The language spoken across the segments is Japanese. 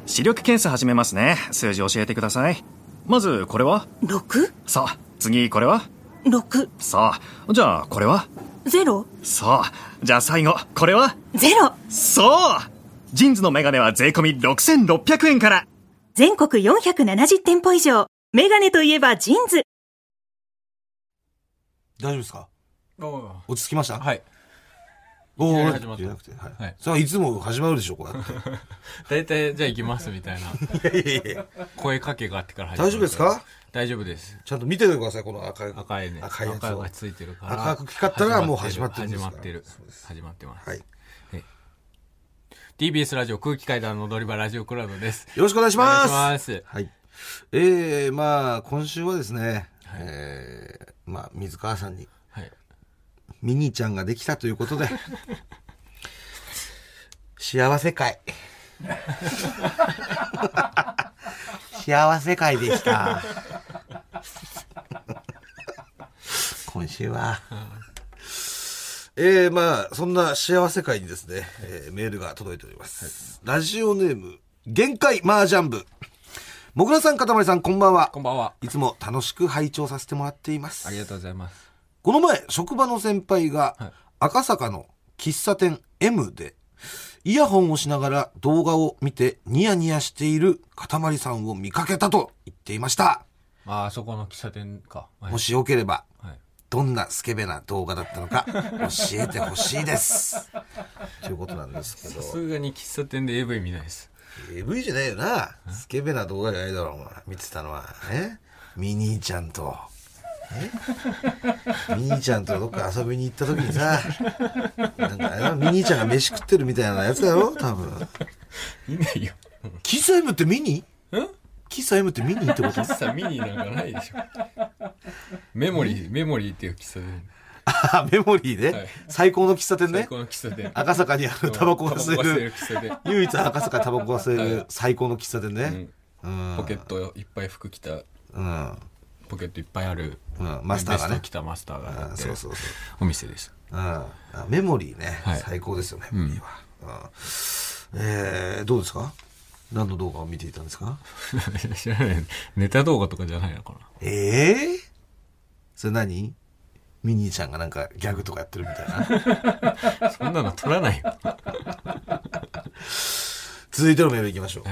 視力検査始めますね。数字教えてください。まずこれは 6? さあ次これは 6。 さあじゃあこれは 0。 そうじゃあ最後これは 0。 そうジンズのメガネは税込み6600円から。 全国470店舗以上。メガネといえばジンズ。 大丈夫ですか？落ち着きました？ はい。 おお、 始まった。 じゃなくて、はい。 はい。 それはいつも始まるでしょ、こうやって。 大体、じゃあ行きますみたいな。 いやいやいや。 声かけがあってから始まる。 大丈夫ですか？ 大丈夫です。 ちゃんと見ててください、この赤い。 赤いね。 赤いやつを。 赤がついてるから。 赤く光ったらもう始まってるんですから。 始まってる。始まってます。 はい。 TBS ラジオ空気階段の踊り場ラジオクラブです。 よろしくお願いします。 お願いします。 はい。まあ、今週はですね、 はいまあ、水川さんに、 はい。 ミニーちゃんができたということで、幸せ会。幸せ会でした。今週は。まあ、そんな幸せ会にですね、メールが届いております。ラジオネーム、限界麻雀部。もぐらさん、かたまりさん、こんばんは。 こんばんは。 いつも楽しく拝聴させてもらっています。 ありがとうございます。 この前、職場の先輩が、 はい赤坂の喫茶店 M で、イヤホンをしながら動画を見てニヤニヤしているかたまりさんを見かけたと言っていました。 あそこの喫茶店か。はい、 もしよければ、 はい、 どんなスケベな動画だったのか教えてほしいです。ということなんですけど。 さすがに喫茶店で AV 見ないです。 AV じゃないよな。スケベな動画じゃないだろう、お前。見てたのは。ミニーちゃんと。ミニーちゃんとどっか遊びに行った時にさ、なんかミニーちゃんが飯食ってるみたいなやつだろ多分。 いないよ。 喫茶 M ってミニ？喫茶 M ってミニってこと？ 喫茶ミニなんかないでしょ。メモリーっていう喫茶店。 メモリーね、はい、最高の喫茶店ね。 最高の喫茶店。 赤坂にあるタバコが吸える喫茶店。 唯一赤坂タバコが吸える最高の喫茶店ね、 ポケットいっぱい服着た、ポケットいっぱいある、 マスターがね、 ベスト着たマスターがあって、 そうそうそう、 お店です。 メモリーね、 はい、 最高ですよ、メモリーは。どうですか？何の動画を見ていたんですか？ 知らない。ネタ動画とかじゃないのかな。 それ何？ミニーちゃんがなんかギャグとかやってるみたいな。 そんなの撮らないよ。 続いてのメールいきましょう。はい、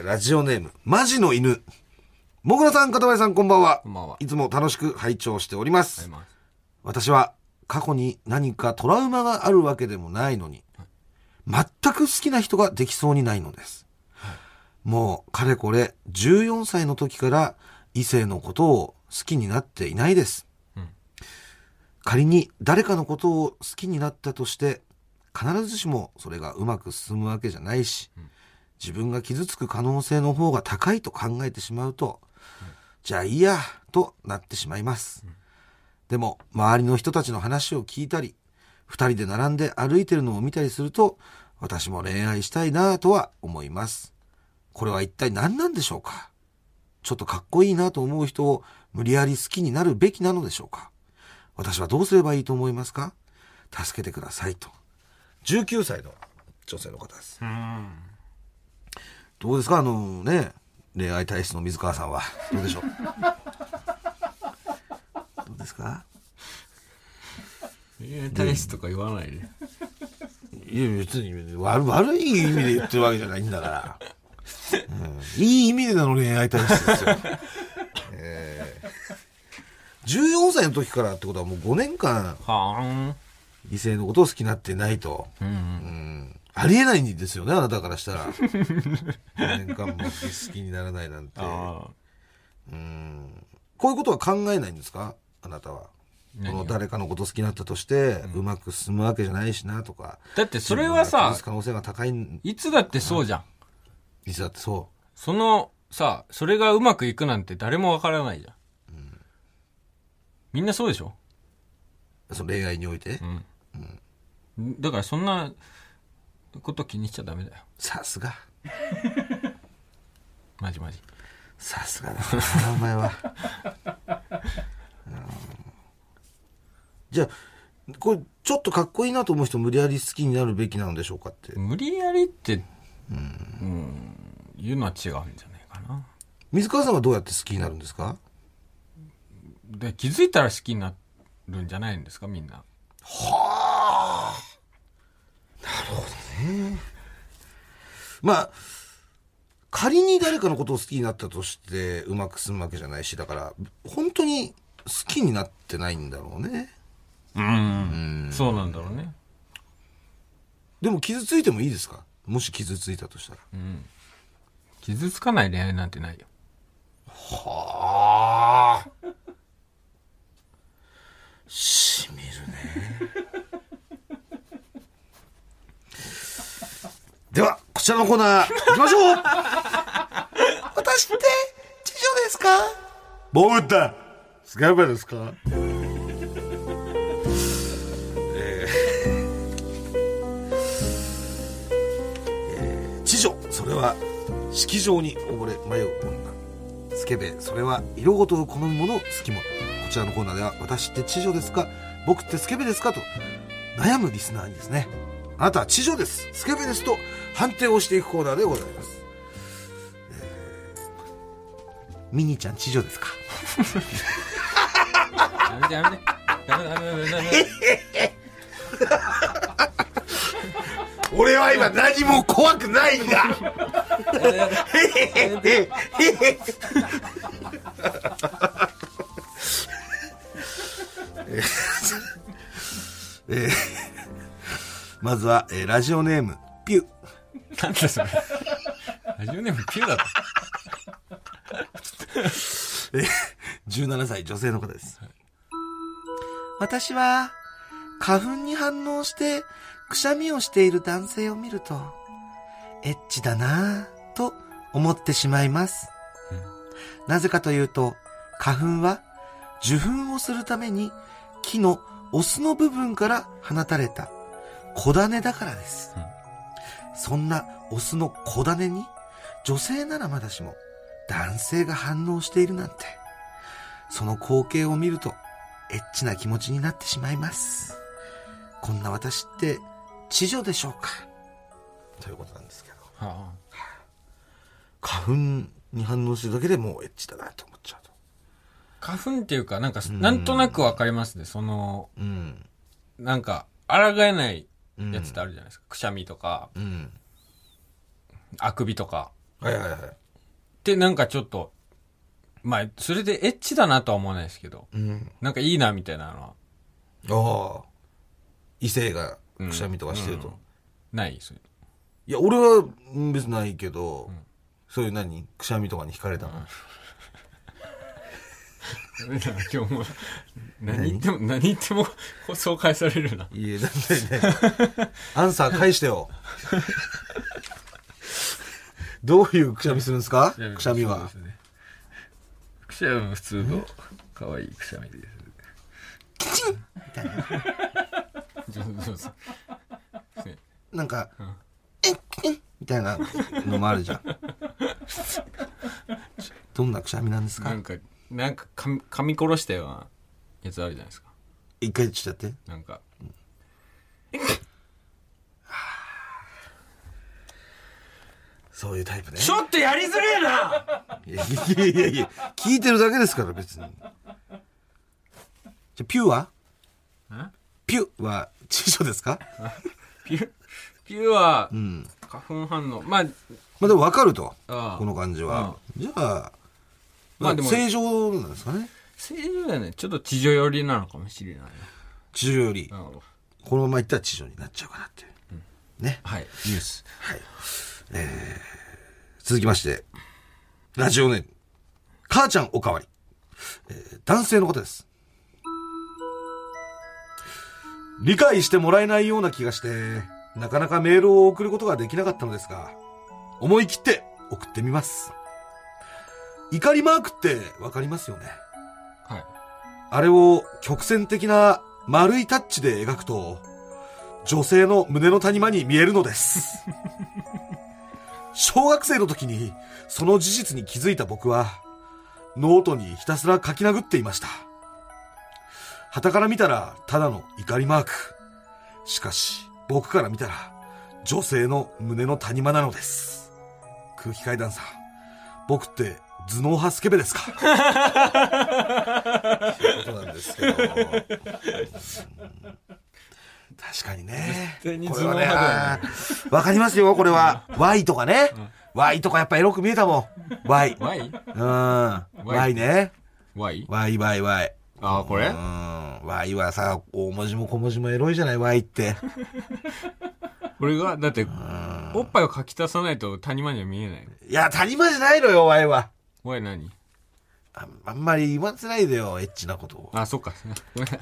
ラジオネーム、マジの犬。もぐらさん、かたまりさん、こんばんは。 こんばんは。 いつも楽しく拝聴しております。私は過去に何かトラウマがあるわけでもないのに、全く好きな人ができそうにないのです。もうかれこれ14歳の時から異性のことを好きになっていないです。仮に誰かのことを好きになったとして必ずしもそれがうまく進むわけじゃないし、自分が傷つく可能性の方が高いと考えてしまうと、じゃあいいやとなってしまいます。でも周りの人たちの話を聞いたり、二人で並んで歩いてるのを見たりすると、私も恋愛したいなとは思います。これは一体何なんでしょうか？ちょっとかっこいいなと思う人を無理やり好きになるべきなのでしょうか？私はどうすればいいと思いますか？助けてくださいと。19歳の女性の方です。どうですか？恋愛体質の水川さんはどうでしょう？どうですか？ 恋愛体質とか言わないで。 いや別に悪い意味で言ってるわけじゃないんだから、いい意味での恋愛体質ですよ。14歳の時からってことはもう5年間異性のことを好きになってないと、ありえないんですよね、あなたからしたら。5年間も好きにならないなんて。こういうことは考えないんですか、あなたは？この誰かのこと好きになったとして、うまく進むわけじゃないしなとか。 だってそれはさ、 可能性が高い。 いつだってそうじゃん。 いつだってそう。 それがうまくいくなんて誰もわからないじゃん。みんなそうでしょ？ その恋愛において、 だからそんなこと気にしちゃダメだよ。 さすが。 マジ。 さすがだなお前は。じゃあこれちょっとかっこいいなと思う人無理やり好きになるべきなのでしょうかって。 無理やりって、 いうのは違うんじゃないかな。 水川さんはどうやって好きになるんですか？ で、気づいたら好きになるんじゃないんですか、みんな。 はあ。なるほどね。まあ、仮に誰かのことを好きになったとしてうまく済むわけじゃないし、だから本当に好きになってないんだろうね。 そうなんだろうね。 でも傷ついてもいいですか？もし傷ついたとしたら。 傷つかない恋愛なんてないよ。 はあ。しみるね。ではこちらのコーナー行きましょう。私って知女ですか？僕ってスカベですか？知女、それは色情に溺れ迷う女。スケベ、それは色ごとを好む者、好き者。こちらのコーナーでは私って知女ですか、僕ってスケベですかと悩むリスナーにですね、あなたは知女です、スケベですと判定をしていくコーナーでございます。ミニちゃん知女ですか？ やめてやめて俺は今何も怖くないんだ。まずは、ラジオネームピュ。 なんだそれ。ラジオネームピュだと。 17歳女性の方です。私は花粉に反応してくしゃみをしている男性を見るとエッチだなぁと思ってしまいます。なぜかというと、花粉は受粉をするために木のオスの部分から放たれた子種だからです。そんなオスの子種に女性ならまだしも男性が反応しているなんて、その光景を見るとエッチな気持ちになってしまいます。こんな私って知女でしょうか、ということなんですけど、花粉に反応してるだけでもうエッチだなと思っちゃうと。 花粉っていうか、なんかなんとなくわかりますね。その、なんか抗えないやつってあるじゃないですか。くしゃみとか、あくびとか。 はいはいはい。 で、なんかちょっと、まあ、それでエッチだなとは思わないですけど、なんかいいなみたいなのは。 ああ。異性がくしゃみとかしてると。 ないそういういや、俺は別にないけど、そういうくしゃみとかに惹かれたの。 今日も何言ってもそう返されるな。 いや、だってね、アンサー返してよ。どういうくしゃみするんですか？くしゃみは。 くしゃみは普通の可愛いくしゃみです。 キチンみたいな。なんか、みたいなのもあるじゃん。どんなくしゃみなんですか？ なんか噛み殺したようなやつあるじゃないですか。 一回ちょっとやって。 なんか、 そういうタイプね。 ちょっとやりづれえな。 いや聞いてるだけですから別に。じゃあピュは？ピュは知女ですか？ ピュは花粉反応。まあでも分かると、 この感じは。じゃあ、まあでも正常なんですかね。 正常だね。ちょっと知女寄りなのかもしれない。 知女より、このままいったら知女になっちゃうかなっていう。ね。 はい。ニュース。 はい。続きまして、ラジオネーム、母ちゃんおかわり。男性の方です。理解してもらえないような気がして、なかなかメールを送ることができなかったのですが、思い切って送ってみます。怒りマークってわかりますよね。 はい。 あれを曲線的な丸いタッチで描くと、女性の胸の谷間に見えるのです。小学生の時にその事実に気づいた僕は、ノートにひたすら書き殴っていました。傍から見たらただの怒りマーク。しかし僕から見たら女性の胸の谷間なのです。 空気階段さん、僕って頭脳派スケベですかそういうことなんですけど、確かにね。 絶対に頭脳派だよね。 わかりますよ、これは。Y とかね。Y とかやっぱエロく見えたもん。Y。 Y？ Y ね。 Y？ Y。 ああ、これ ？Y はさ、大文字も小文字もエロいじゃない、Y って。 これが、だって、おっぱいをかき足さないと谷間には見えない。 いや、谷間じゃないのよ、Y は。 Y 何？ あんまり言わせないでよ、エッチなことを。 あ、そっか。ごめん。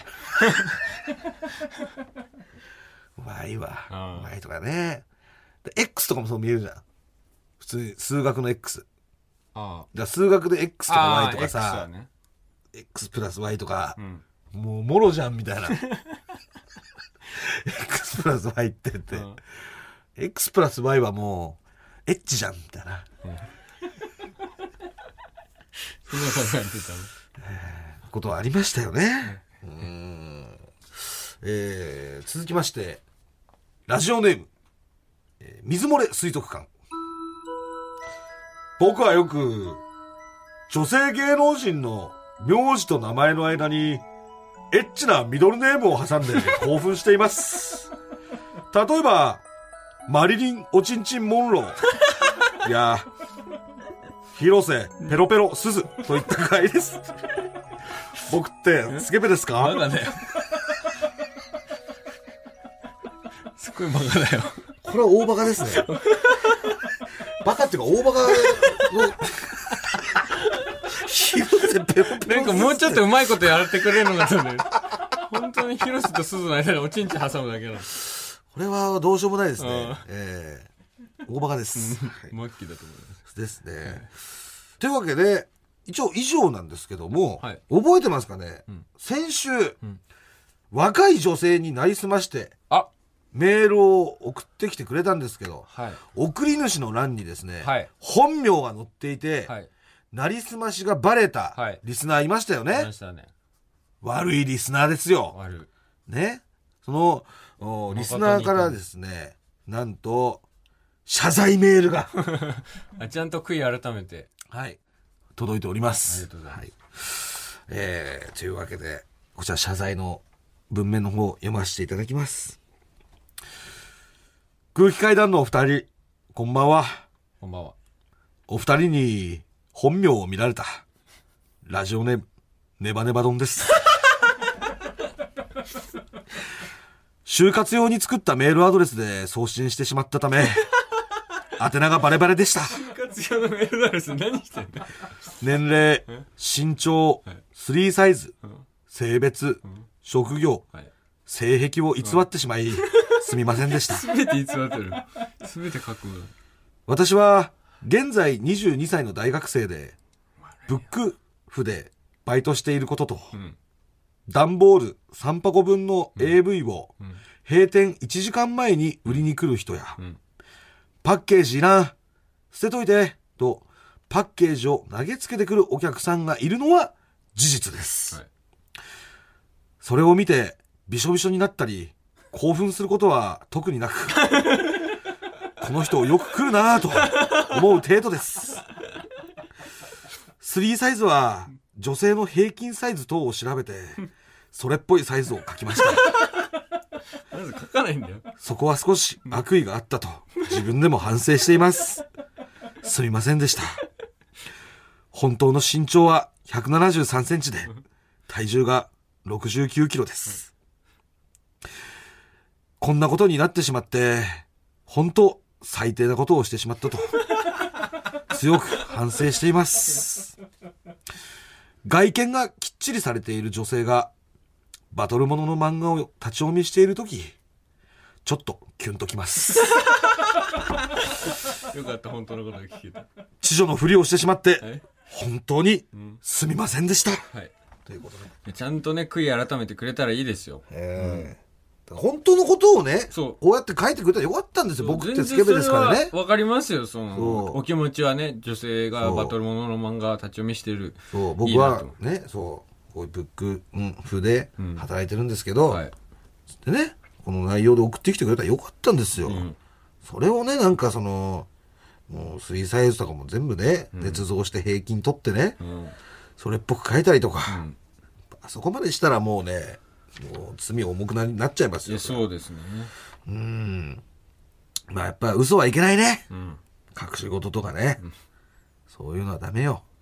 Y は、Y とかね。で X とかもそう見えるじゃん。普通に数学の X。 ああ。 だ数学で X とか Y とかさ、 ね、 X プラス Y とか、 うん、 もうもろじゃんみたいな。X プラス Y って言って、X プラス Y はもう、エッチじゃんみたいな。 そんな感じになってたのことはありましたよね。続きまして、ラジオネーム、水漏れ水族館。僕はよく、女性芸能人の名字と名前の間に、エッチなミドルネームを挟んで興奮しています。例えば、マリリン・おちんちん・モンローや、広瀬ペロペロすずといったくらいです。僕ってスケベですか？ バカだよ。すごいバカだよ。 これは大バカですね。バカっていうか大バカの広瀬ペロペロ。 なんかもうちょっとうまいことやってくれるのかとね。本当に広瀬とすずの間におちんちん挟むだけなの。 これはどうしようもないですね。大バカです。 末期だと思います。 ですね。というわけで、一応以上なんですけども、 はい、 覚えてますかね、先週、若い女性になりすまして、メールを送ってきてくれたんですけど、送り主の欄にですね、本名が載っていて、なりすましがバレたリスナーいましたよね。悪いリスナーですよ。ね。そのリスナーからですね、なんと謝罪メールがちゃんと悔い改めて届いております。 ありがとうございます。 というわけでこちら謝罪の文面の方を読ませていただきます。空気階段のお二人、こんばんは。 こんばんは。 お二人に本名を見られたラジオネームネバネバ丼です。就活用に作ったメールアドレスで送信してしまったため宛名がバレバレでした。 就活用のメールアドレス何してんの？ 年齢、身長、3サイズ、性別、職業、性癖を偽ってしまい、すみませんでした。 すべて偽ってる。すべて書く。 私は現在22歳の大学生でブックフでバイトしていることと、段ボール3箱分の AV を閉店1時間前に売りに来る人や、パッケージいらん、捨てといてとパッケージを投げつけてくるお客さんがいるのは事実です、それを見てびしょびしょになったり興奮することは特になくこの人よく来るなぁと思う程度です。3サイズは女性の平均サイズ等を調べてそれっぽいサイズを書きました。 なぜ書かないんだよ。 そこは少し悪意があったと自分でも反省しています。すみませんでした。本当の身長は173センチで体重が69キロです。こんなことになってしまって本当最低なことをしてしまったと強く反省しています。外見がきっちりされている女性がバトルものの漫画を立ち読みしているときちょっとキュンときます。 よかった、本当のことが聞けた。 知女のふりをしてしまって本当にすみませんでした、ということでちゃんとね悔い改めてくれたらいいですよ。 本当のことをねそうこうやって書いてくれたらよかったんですよ。僕ってスケベですからね。 わかりますよ、そのお気持ちはね。女性がバトルものの漫画立ち読みしてる。 そう僕はね、そうこういうブック風で働いてるんですけど、でねこの内容で送ってきてくれたらよかったんですよ、それをねなんかそのもう水サイズとかも全部ね、捏造して平均取ってね、それっぽく書いたりとか、あそこまでしたらもうね、もう罪重くなっちゃいますよ。 そうですね。 まあやっぱ嘘はいけないね。隠し事とかね、そういうのはダメよ。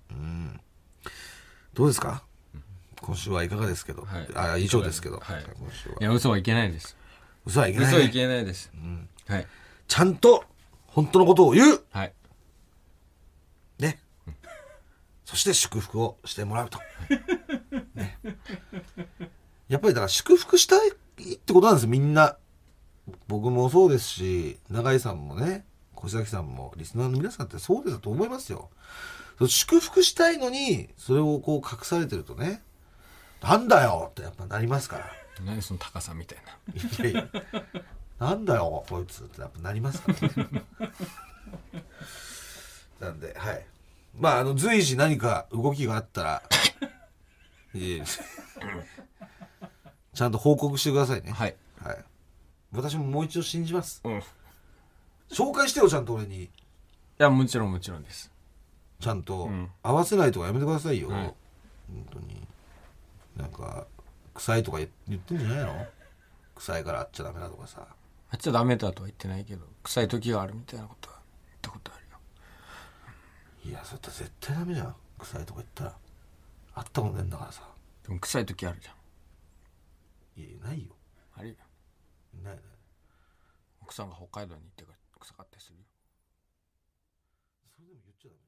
どうですか、今週はいかがですけど、以上ですけど、今週は。 いや、嘘はいけないです。 嘘はいけない、 嘘はいけないです。はい。 ちゃんと本当のことを言う。 はい。 ね。そして祝福をしてもらうと。ね。やっぱりだから祝福したいってことなんですよ、みんな。僕もそうですし、永井さんもね、小崎さんも、リスナーの皆さんってそうだと思いますよ。祝福したいのに、それをこう隠されてるとね、なんだよってやっぱなりますから。 何その高さみたいな。 いやいや、なんだよこいつってやっぱなりますからね。なんで、はい。まあ、随時何か動きがあったら、ちゃんと報告してくださいね。 はい。 はい。私ももう一度信じます。 うん。 紹介してよ、ちゃんと俺に。 いや、もちろんです。 ちゃんと、合わせないとかやめてくださいよ。 はい、 本当に。なんか、臭いとか言ってんじゃないの？臭いから会っちゃダメだとかさ。 会っちゃダメだとは言ってないけど、臭い時があるみたいなことは言ったことあるよ。 いや、それって絶対ダメじゃん。臭いとか言ったら。会ったことねえんだからさ。 でも臭い時あるじゃん。 いや、ないよ。 あるよ。 ない。 奥さんが北海道に行ってから臭かったりするよ。 それでも言っちゃダメ。